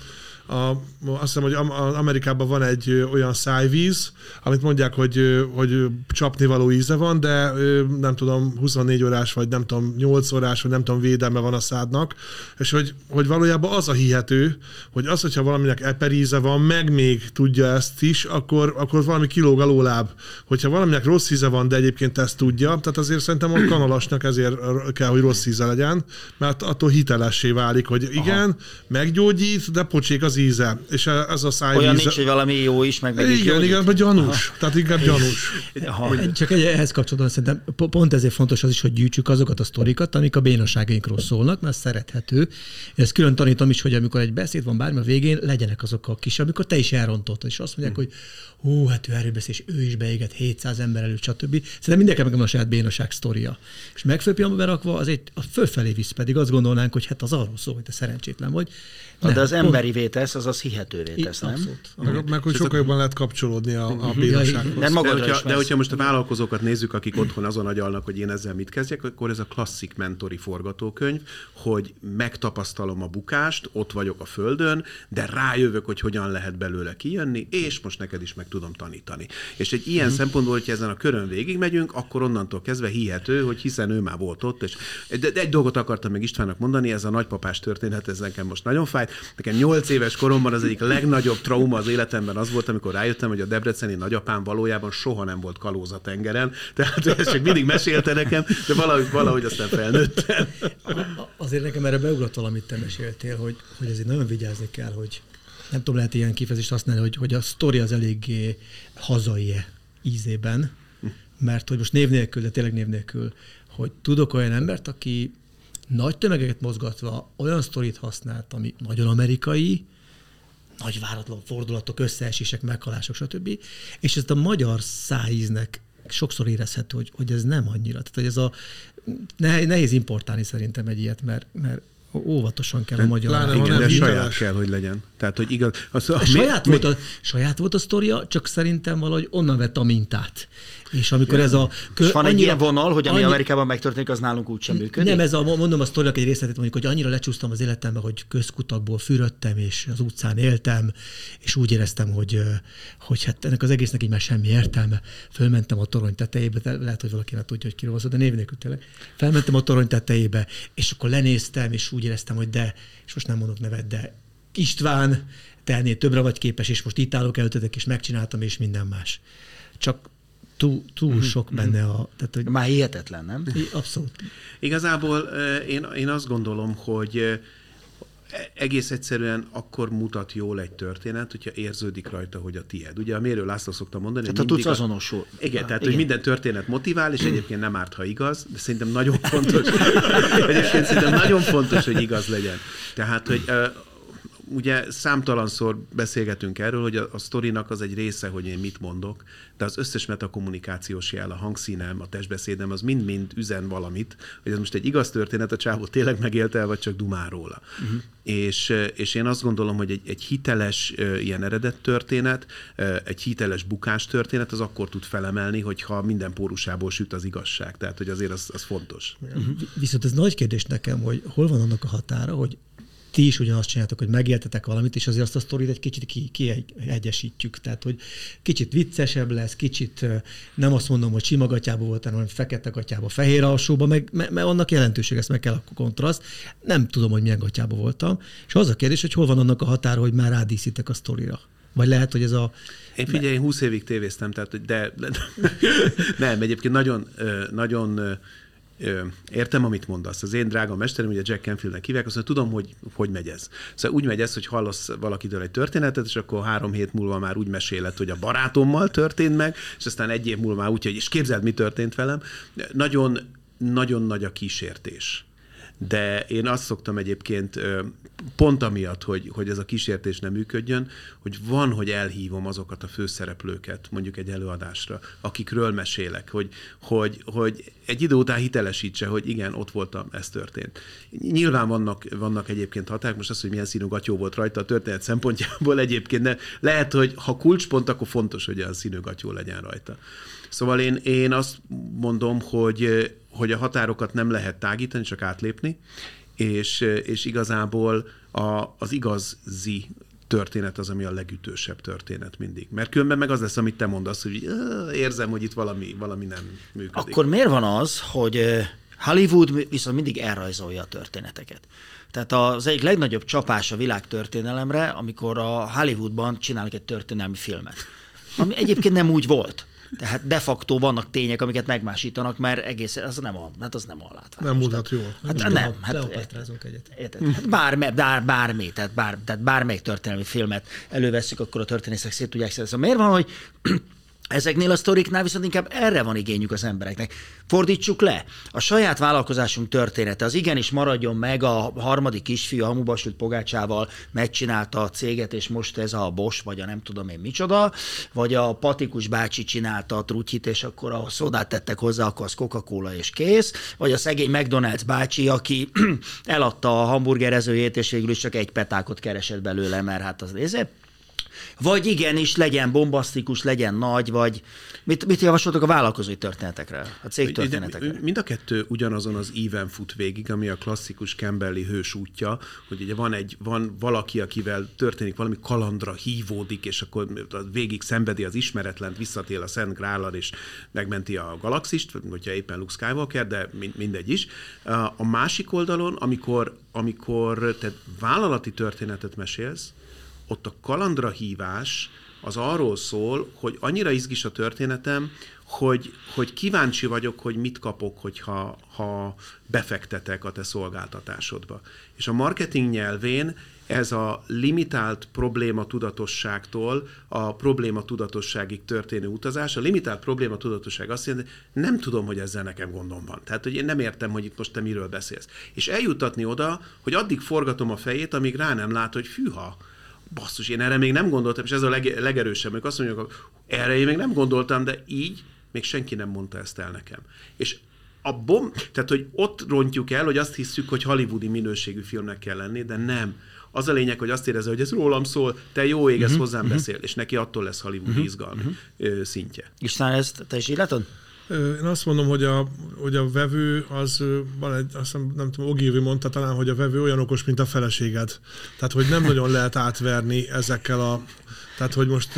azt hiszem, hogy Amerikában van egy olyan szájvíz, amit mondják, hogy csapnivaló íze van, de nem tudom, 24 órás, vagy nem tudom, 8 órás, vagy nem tudom, védelme van a szádnak, és hogy valójában az a hihető, hogy az, hogyha valaminek eperíze van, meg még tudja ezt is, akkor valami kilóg alóláb. Hogyha valaminek rossz íze van, de egyébként ezt tudja, tehát azért szerintem a kanalasnak ezért kell, hogy rossz íze legyen, mert attól hitelessé válik, hogy igen, meggyógyít, de pocsék az íze. És ez a szájvíz... Olyan nincs, hogy valami jó is, meg Igen, vagy gyanús. Tehát inkább gyanús. Csak ehhez kapcsolatban szerintem pont ezért fontos az is, hogy gyűjtsük azokat a sztorikat, amik a bénaságainkról szólnak, mert szerethető. Ezt külön tanítom is, hogy amikor egy beszéd van bármi a végén, legyenek azok a kis, amikor te is elrontottad, és azt mondják, hogy hát ő erről beszél, és ő is beégett 700 ember előtt, stb. Szerintem mindenkinek megvan a saját bénaság sztoria. És megfőbb pillanatban berakva, az a fölfelé visz, pedig azt gondolnánk, hogy hát az arról szól, hogy te szerencsétlen vagy. De az emberivé tesz, az hihetővé tesz, nem? Meg hogy sokkal jobban lehet kapcsolódni a bénasághoz. De hogyha most a vállalkozókat nézzük, akik otthon azon agyalnak, hogy én ezzel mit kezdjek, akkor ez a klasszik mentori forgatókönyv, hogy megtapasztalom a bukást, ott vagyok a földön, de rájövök, hogy hogyan lehet belőle kijönni, és most neked is meg tudom tanítani. És egy ilyen szempontból, hogyha ezen a körön végigmegyünk, akkor onnantól kezdve hihető, hogy hiszen ő már volt ott. De egy dolgot akartam meg Istvánnak mondani, ez a nagypapás történet, ez nekem most nagyon fájt. Nekem 8 éves koromban az egyik legnagyobb trauma az életemben az volt, amikor rájöttem, hogy a debreceni nagyapám valójában soha nem volt kalóz a tengeren. Tehát ezt csak mindig mesélte nekem, de valahogy aztán felnőttem. Azért nekem erre beugrott valamit, te meséltél, hogy ezért nagyon vigyázni kell, hogy nem tudom, lehet ilyen kifejezést használni, hogy a sztori az eléggé hazai ízében, mert hogy most név nélkül, de tényleg név nélkül, hogy tudok olyan embert, aki nagy tömegeket mozgatva olyan sztorit használt, ami nagyon amerikai, nagy váratlan fordulatok, összeesések, meghalások, stb. És ezt a magyar szájíznek sokszor érezhető, hogy ez nem annyira. Tehát, hogy ez nehéz importálni szerintem egy ilyet, mert óvatosan kell a magyar. Igen, de saját kell, hogy legyen. Tehát, hogy igaz. Saját volt a sztoria, csak szerintem valahogy onnan vett a mintát. És amikor ez a... van egy ilyen vonal, hogy ami Amerikában megtörténik, az nálunk úgysem működik? Nem, mondom a sztorinak egy részletét, mondjuk, hogy annyira lecsúsztam az életembe, hogy közkutakból fürödtem, és az utcán éltem, és úgy éreztem, hogy hát ennek az egésznek így már semmi értelme. Fölmentem a torony tetejébe, lehet, hogy valaki nem tudja, hogy kiről van szó, de név nélkül tényleg. Felmentem a torony tetejébe, és akkor lenéztem, és úgy éreztem, hogy és most nem mondok nevet, de István, te ennél többre vagy képes, és most itt állok előttetek, és megcsináltam, és minden más. Csak túl sok benne Tehát, hogy... Már hihetetlen, nem? Abszolút. Igazából én azt gondolom, hogy egész egyszerűen akkor mutat jól egy történet, hogyha érződik rajta, hogy a tied. Ugye a Mérő László szokta mondani, tehát tudsz azonosul. Igen, tehát hogy minden történet motivál, és egyébként nem árt, ha igaz, de szerintem nagyon fontos, hogy igaz legyen. Tehát, hogy ugye számtalanszor beszélgetünk erről, hogy a sztorinak az egy része, hogy én mit mondok, de az összes metakommunikációs jel, a hangszínem, a testbeszédem, az mind-mind üzen valamit, hogy ez most egy igaz történet, a csávó tényleg megélte el, vagy csak dumál róla. És én azt gondolom, hogy egy hiteles ilyen eredet történet, egy hiteles bukás történet, az akkor tud felemelni, hogyha minden pórusából süt az igazság. Tehát, hogy azért az fontos. Viszont ez nagy kérdés nekem, hogy hol van annak a határa, hogy ti is ugyanazt csináltok, hogy megéltetek valamit, és azért azt a sztorit egy kicsit kiegyesítjük. Tehát, hogy kicsit viccesebb lesz, kicsit nem azt mondom, hogy sima gatyába voltál, hanem fekete gatyába, fehér alsóba, meg annak jelentőség, ezt meg kell a kontraszt. Nem tudom, hogy milyen gatyába voltam. És az a kérdés, hogy hol van annak a határa, hogy már rádíszítek a sztorira. Vagy lehet, hogy ez a... Én 20 évig tévéztem, tehát de nem, egyébként nagyon értem, amit mondasz. Az én drága mesterem, ugye Jack Canfieldnek hívják, azt mondja, tudom, hogy megy ez. Szóval úgy megy ez, hogy hallasz valakitől egy történetet, és akkor 3 hét múlva már úgy meséled, hogy a barátommal történt meg, és aztán 1 év múlva már úgy, hogy és képzeld, mi történt velem. Nagyon nagy a kísértés. De én azt szoktam egyébként pont amiatt, hogy ez a kísértés nem működjön, hogy van, hogy elhívom azokat a főszereplőket mondjuk egy előadásra, akikről mesélek, hogy egy idő után hitelesítse, hogy igen, ott voltam, ez történt. Nyilván vannak egyébként határok, most az, hogy milyen színű gatyó volt rajta a történet szempontjából egyébként, de lehet, hogy ha kulcspont, akkor fontos, hogy a színű gatyó legyen rajta. Szóval én azt mondom, hogy a határokat nem lehet tágítani, csak átlépni, és igazából az igazi történet az, ami a legütősebb történet mindig. Mert különben meg az lesz, amit te mondasz, hogy érzem, hogy itt valami nem működik. Akkor miért van az, hogy Hollywood viszont mindig elrajzolja a történeteket? Tehát az egyik legnagyobb csapás a világtörténelemre, amikor a Hollywoodban csinálnak egy történelmi filmet. Ami egyébként nem úgy volt. Tehát de facto vannak tények, amiket megmásítanak, mert egész, az nem a látványos. Nem mutat jól. Leopetrázunk egyet. Bármi, tehát bármelyik történelmi filmet elővesszük, akkor a történészek szét tudják szerezni. Miért van, hogy ezeknél a sztoriknál viszont inkább erre van igényük az embereknek. Fordítsuk le. A saját vállalkozásunk története az igenis maradjon meg, a harmadik kisfiú hamuba sült pogácsával megcsinálta a céget, és most ez a Bosch, vagy a nem tudom én micsoda, vagy a Patikus bácsi csinálta a trutyit, és akkor a szodát tettek hozzá, akkor az Coca-Cola és kész, vagy a szegény McDonald's bácsi, aki eladta a hamburgerezőjét, és végül is csak egy petákot keresett belőle, mert hát az nézze. Vagy igenis legyen bombasztikus, legyen nagy, vagy mit javasoltok a vállalkozói történetekre, a cég történetekre? Mind a kettő ugyanazon az íven fut végig, ami a klasszikus Campbelli hős útja, hogy ugye van valaki, akivel történik valami, kalandra hívódik, és akkor végig szenvedi az ismeretlent, visszatér a Szent Grállal, és megmenti a galaxist, hogyha éppen Luke Skywalker, de mindegy is. A másik oldalon, amikor te vállalati történetet mesélsz, ott a kalandra hívás az arról szól, hogy annyira izgis a történetem, hogy kíváncsi vagyok, hogy mit kapok, ha befektetek a te szolgáltatásodba. És a marketing nyelvén ez a limitált problématudatosságtól a problématudatosságig történő utazás. A limitált problématudatosság azt jelenti, hogy nem tudom, hogy ezzel nekem gondom van. Tehát, hogy én nem értem, hogy itt most te miről beszélsz. És eljuttatni oda, hogy addig forgatom a fejét, amíg rá nem lát, hogy fűha, basszus, én erre még nem gondoltam, és ez a legerősebb, amikor azt mondjuk, erre én még nem gondoltam, de így még senki nem mondta ezt el nekem. És tehát, hogy ott rontjuk el, hogy azt hiszük, hogy hollywoodi minőségű filmnek kell lenni, de nem. Az a lényeg, hogy azt érezze, hogy ez rólam szól, te jó ég, ez hozzám beszél, és neki attól lesz Hollywood izgalmi szintje. István, ezt te is így látod? Én azt mondom, hogy a vevő az, van egy, azt nem tudom, Ogilvy mondta talán, hogy a vevő olyan okos, mint a feleséged. Tehát, hogy nem nagyon lehet átverni ezekkel tehát, hogy most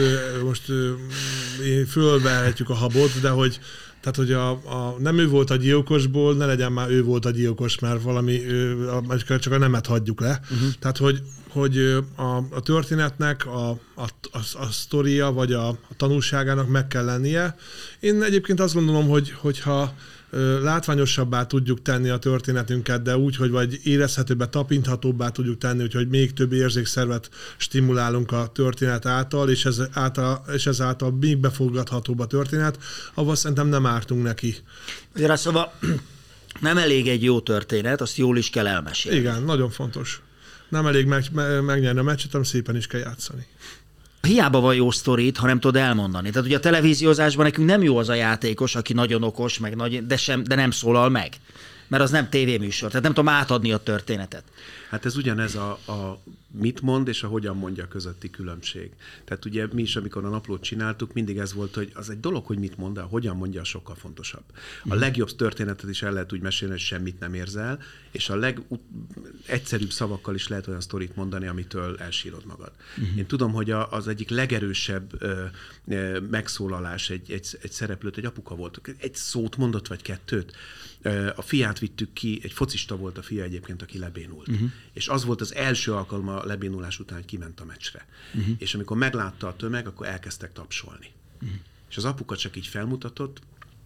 fölvehetjük a habot, de hogy tehát, hogy nem ő volt a gyilkosból, ne legyen már ő volt a gyilkos, mert valami, csak a nemet hagyjuk le. Tehát, hogy a történetnek a sztoria, vagy a tanulságának meg kell lennie. Én egyébként azt gondolom, hogyha látványosabbá tudjuk tenni a történetünket, de úgy, hogy vagy érezhetőbbé, tapinthatóbbá tudjuk tenni, úgyhogy még több érzékszervet stimulálunk a történet által, és ezáltal még befogadhatóbb a történet, avval szerintem nem ártunk neki. Azért szóval nem elég egy jó történet, azt jól is kell elmesélni. Igen, nagyon fontos. Nem elég megnyerni a meccset, hanem szépen is kell játszani. Hiába van jó sztorit, ha nem tudod elmondani. Tehát ugye a televíziózásban nekünk nem jó az a játékos, aki nagyon okos, de nem szólal meg. Mert az nem tévéműsor, tehát nem tudom átadni a történetet. Hát ez ugyanez a mit mond és a hogyan mondja közötti különbség. Tehát ugye mi is, amikor a naplót csináltuk, mindig ez volt, hogy az egy dolog, hogy mit mond, de hogyan mondja, az sokkal fontosabb. A legjobb történetet is el lehet úgy mesélni, hogy semmit nem érzel, és a legegyszerűbb szavakkal is lehet olyan sztorit mondani, amitől elsírod magad. Én tudom, hogy az egyik legerősebb megszólalás egy szereplőt, egy apuka volt. Egy szót mondott, vagy kettőt. A fiát vittük ki, egy focista volt a fia egyébként, aki lebénult. És az volt az első alkalom a lebénulás után, hogy kiment a meccsre. És amikor meglátta a tömeg, akkor elkezdtek tapsolni. És az apuka csak így felmutatott,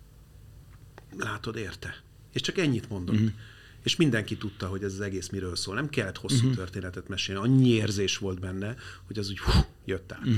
látod, érte. És csak ennyit mondott. És mindenki tudta, hogy ez az egész miről szól. Nem kellett hosszú történetet mesélni. Annyi érzés volt benne, hogy az úgy jött át.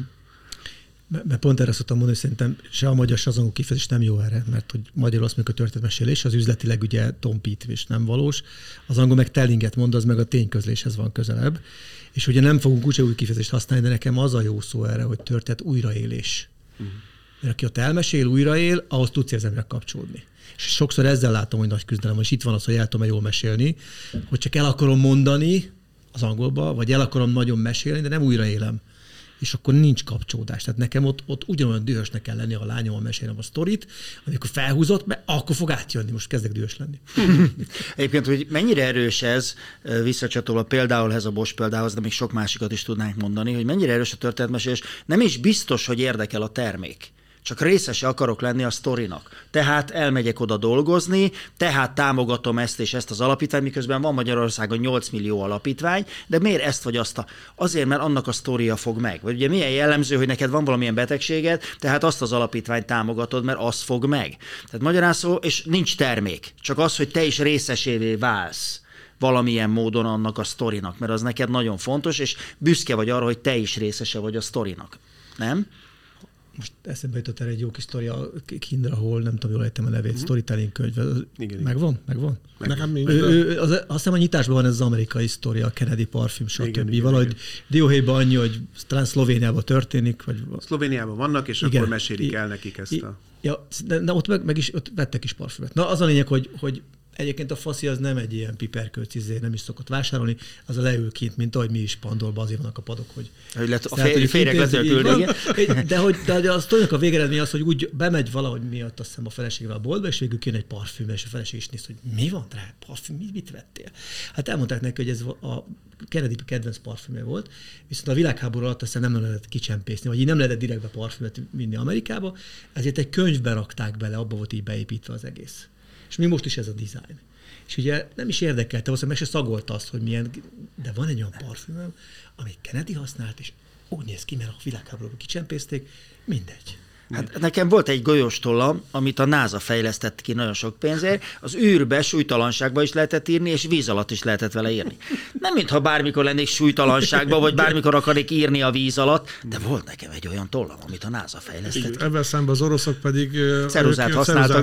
Mert pont erre szoktam mondani, hogy szerintem se a magyar, se az angol kifejezés nem jó erre, mert hogy magyarul azt mondjuk a történetmesélés, az üzletileg ugye tompít és nem valós, az angol meg tellinget mond, az meg a tényközléshez van közelebb. És ugye nem fogunk úgyse új kifejezést használni, de nekem az a jó szó erre, hogy történet újraélés. Mert aki ott elmesél, újraél, ahhoz tudsz érzelmileg kapcsolódni. És sokszor ezzel látom, hogy nagy küzdelem, és itt van az, hogy el tudom jól mesélni, hogy csak el akarom mondani az angolba, vagy el akarom nagyon mesélni, de nem újraélem. És akkor nincs kapcsolódás. Tehát nekem ott ugyanolyan dühösnek kell lenni, a lányommal mesélem a sztorit, amikor felhúzott, mert akkor fog átjönni, most kezdek dühös lenni. Egyébként, hogy mennyire erős ez, visszacsatolva például ez a Bosch példához, de még sok másikat is tudnánk mondani, hogy mennyire erős a történetmesélés, nem is biztos, hogy érdekel a termék. Csak részese akarok lenni a sztorinak. Tehát elmegyek oda dolgozni, tehát támogatom ezt és ezt az alapítványt, miközben van Magyarországon 8 millió alapítvány, de miért ezt vagy azt? Azért, mert annak a sztoria fog meg. Vagy ugye milyen jellemző, hogy neked van valamilyen betegséged, tehát azt az alapítványt támogatod, mert az fog meg. Tehát magyarán szó, és nincs termék. Csak az, hogy te is részesévé válsz valamilyen módon annak a sztorinak, mert az neked nagyon fontos, és büszke vagy arra, hogy te is részese vagy a sztorinak. Nem? Most eszembe jutott erre egy jó kis sztoria, Kindra Hall, nem tudom, jól ejtem a nevét, storytelling könyv. Igen. Megvan? Nekem nincs. Azt hiszem a nyitásban van ez az amerikai sztoria, a Kennedy parfüm, stb. Valahogy dióhéjban annyi, hogy talán Szlovéniában történik. Vagy... Szlovéniában vannak, és igen, akkor mesélik el nekik ezt a... Ja, de ott vettek is parfümöt. Na az a lényeg, hogy egyébként a faszi az nem egy ilyen piperkőc, nem is szokott vásárolni, az a leül kint, mint ahogy mi is Pandorban, azért vannak a padok, hogy a férjek letöltődni. De hogy az tulajdonképpen a végeredmény az, hogy úgy bemegy valahogy miatt, azt hiszem a feleségével a boltba, és végül kéne egy parfüm, és a feleség is néz, hogy mi van rá, parfüm, mit vettél? Hát elmondták neki, hogy ez a Kennedy kedvenc parfümje volt, viszont a világháború alatt aztán nem lehetett kicsempészni, vagy így nem lehetett direktbe parfümöt vinni Amerikába, ezért egy könyvbe rakták bele, abba volt így beépítve az egész. És mi most is ez a design. És ugye nem is érdekelte, meg se szagolta azt, hogy milyen, de van egy olyan parfümöm, amit Kennedy használt, és úgy néz ki, mert a világháborúban kicsempészték, mindegy. Hát nekem volt egy golyóstollam, amit a NASA fejlesztett ki nagyon sok pénzért, az űrbe, súlytalanságba is lehetett írni, és víz alatt is lehetett vele írni. Nem mintha bármikor lennék súlytalanságba, vagy bármikor akarnék írni a víz alatt, de volt nekem egy olyan tollam, amit a NASA fejlesztett ki. Ebben szemben az oroszok pedig ceruzát használtak,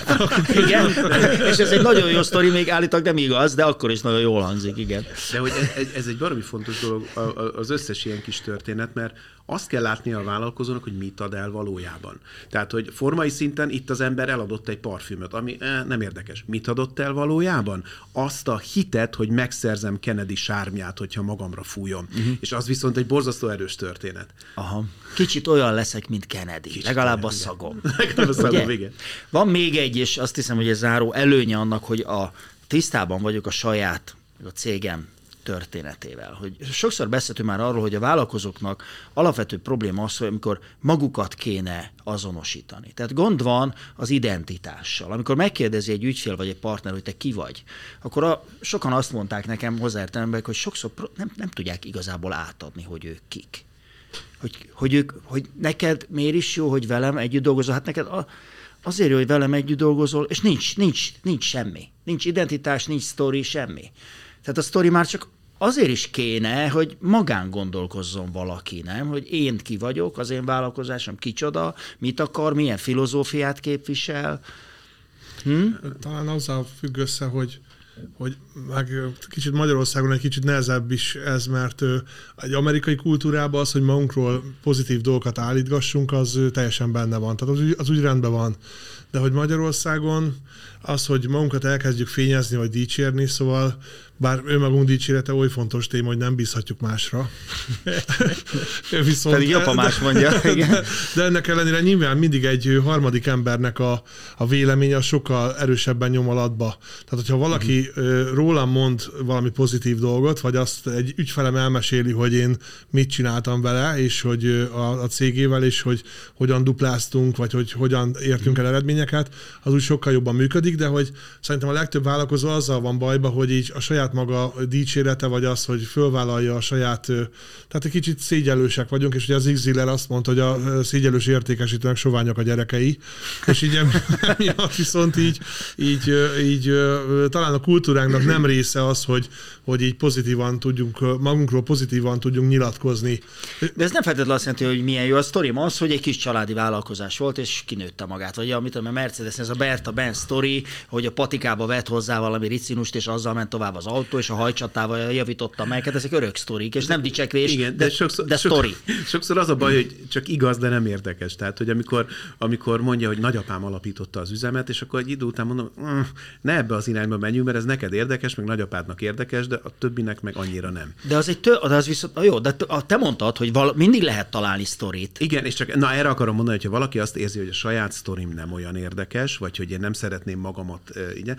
igen. És ez egy nagyon jó sztori, még állítólag nem igaz, de akkor is nagyon jól hangzik, igen. De hogy ez egy baromi fontos dolog, az összes ilyen kis történet, mert azt kell látnia a vállalkozónak, hogy mit ad el valójában. Tehát, hogy formai szinten itt az ember eladott egy parfümöt, ami nem érdekes. Mit adott el valójában? Azt a hitet, hogy megszerzem Kennedy sármját, hogyha magamra fújom. És az viszont egy borzasztó erős történet. Aha. Kicsit olyan leszek, mint Kennedy. Kicsit legalább a szagom. Legalább a szagom, igen. Van még egy, és azt hiszem, hogy ez záró előnye annak, hogy tisztában vagyok a saját, a cégem történetével. Hogy sokszor beszéltünk már arról, hogy a vállalkozóknak alapvető probléma az, hogy amikor magukat kéne azonosítani. Tehát gond van az identitással. Amikor megkérdezi egy ügyfél vagy egy partner, hogy te ki vagy, akkor sokan azt mondták nekem hozzáértő emberek, hogy sokszor nem tudják igazából átadni, hogy ők kik. Hogy neked miért is jó, hogy velem együtt dolgozol? Hát neked azért jó, hogy velem együtt dolgozol, és nincs semmi. Nincs identitás, nincs sztori, semmi. Tehát a sztori már csak azért is kéne, hogy magán gondolkozzon valaki, nem? Hogy én ki vagyok, az én vállalkozásom kicsoda, mit akar, milyen filozófiát képvisel. Talán azzal függ össze, hogy meg kicsit Magyarországon egy kicsit nehezebb is ez, mert egy amerikai kultúrában az, hogy magunkról pozitív dolgokat állítgassunk, az teljesen benne van. Tehát az úgy rendben van. De hogy Magyarországon az, hogy magunkat elkezdjük fényezni, vagy dicsérni, szóval bár önmagunk dicsérete oly fontos téma, hogy nem bízhatjuk másra. Viszont, pedig jobb, ha más mondja. De ennek ellenére nyilván mindig egy harmadik embernek a véleménye sokkal erősebben nyom alatba. Tehát, hogyha valaki rólam mond valami pozitív dolgot, vagy azt egy ügyfelem elmeséli, hogy én mit csináltam vele, és hogy a cégével, és hogy hogyan dupláztunk, vagy hogy hogyan értünk el eredményeket, az úgy sokkal jobban működik, de hogy szerintem a legtöbb vállalkozó azzal van bajba, hogy így a saját maga dicsérete, vagy az, hogy fölvállalja a saját, tehát egy kicsit szégyellősek vagyunk, és ugye az X-Ziller azt mondta, hogy a szégyellős értékesítőnek soványok a gyerekei, és így emiatt viszont így talán a kultúránknak nem része az, hogy így pozitívan tudjunk, magunkról pozitívan tudjunk nyilatkozni. De ez nem feltétlenül azt jelenti, hogy milyen jó a sztorim az, hogy egy kis családi vállalkozás volt, és kinőtte magát. Vagy amit a Mercedes, ez a Berta Benz sztori, hogy a patikába vett hozzá valami ricinust, és azzal ment tovább az autó, és a hajcsatával javította meg. Hát ezek örök sztorik, és nem dicsekvés, igen, de sztori. Sokszor az a baj, hogy csak igaz, de nem érdekes. Tehát, hogy amikor mondja, hogy nagyapám alapította az üzemet, és akkor egy idő után mondom, ne ebbe az irányba menjünk, mert ez neked érdekes, meg nagyapádnak érdekes, de a többinek meg annyira nem. De az viszont, jó, de te mondtad, hogy mindig lehet találni sztorit. Igen, és csak erre akarom mondani, hogyha valaki azt érzi, hogy a saját sztorim nem olyan érdekes, vagy hogy én nem szeretném magamat,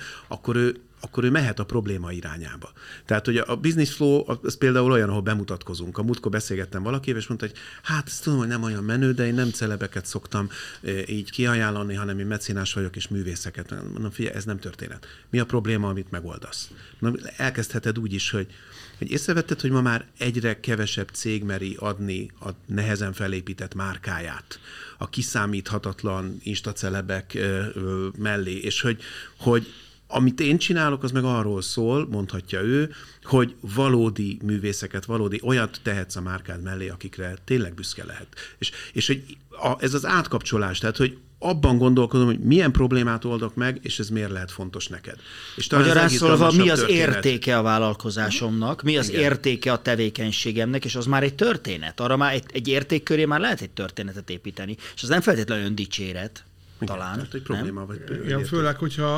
akkor ő mehet a probléma irányába. Tehát, hogy a Business Flow az például olyan, ahol bemutatkozunk. A múltkor beszélgettem valakivel, és mondta, hogy hát ezt tudom, hogy nem olyan menő, de én nem celebeket szoktam így kiajánlani, hanem én mecénás vagyok, és művészeket. Mondom, figyelj, ez nem történet. Mi a probléma, amit megoldasz? Elkezdheted úgy is, hogy észrevetted, hogy ma már egyre kevesebb cég meri adni a nehezen felépített márkáját a kiszámíthatatlan instacelebek mellé, és hogy amit én csinálok, az meg arról szól, mondhatja ő, hogy valódi művészeket, olyat tehetsz a márkád mellé, akikre tényleg büszke lehet. És hogy ez az átkapcsolás, tehát hogy abban gondolkodom, hogy milyen problémát oldok meg, és ez miért lehet fontos neked. És magyarán szólva, mi az értéke a vállalkozásomnak, mi az értéke a tevékenységemnek, és az már egy történet. Arra már egy érték köré már lehet egy történetet építeni, és az nem feltétlenül öndicséret. Talán. Tehát egy probléma. Igen, főleg,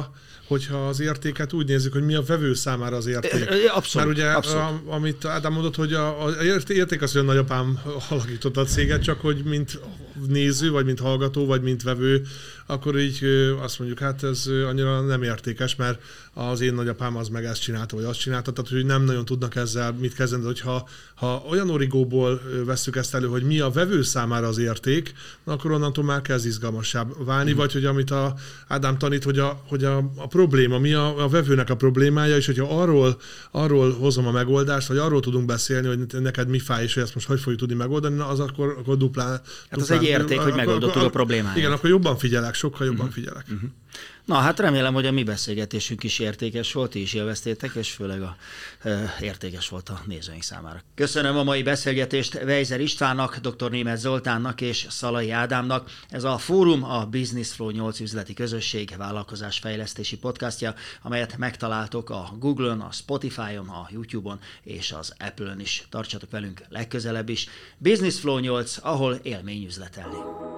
hogyha az értéket úgy nézzük, hogy mi a vevő számára az érték. Abszolút. Mert ugye, amit Ádám mondott, hogy az érték az, hogy a nagyapám alakította a céget, csak hogy mint néző, vagy mint hallgató, vagy mint vevő, akkor így azt mondjuk, hát ez annyira nem értékes, mert az én nagyapám az meg ezt csinálta, vagy azt csinálta, tehát hogy nem nagyon tudnak ezzel mit kezdeni, de hogyha olyan origóból vesszük ezt elő, hogy mi a vevő számára az érték, akkor onnantól már kezd izgalmasabb válni, vagy hogy amit Ádám tanít, hogy a probléma, mi a vevőnek a problémája, és hogyha arról hozom a megoldást, vagy arról tudunk beszélni, hogy neked mi fáj, és hogy ezt most hogy fogjuk tudni megoldani, az akkor duplán. Hát az egy érték, hogy megoldottuk a problémáját. Igen, akkor jobban figyelek, sokkal jobban figyelek. Na hát remélem, hogy a mi beszélgetésünk is értékes volt, ti is élveztétek, és főleg értékes volt a nézőink számára. Köszönöm a mai beszélgetést Weiser Istvánnak, dr. Németh Zoltánnak és Szalai Ádámnak. Ez a Fórum a Business Flow 8 üzleti közösség vállalkozásfejlesztési podcastja, amelyet megtaláltok a Google-on, a Spotify-on, a YouTube-on és az Apple-on is. Tartsatok velünk legközelebb is. Business Flow 8, ahol élmény üzletelni.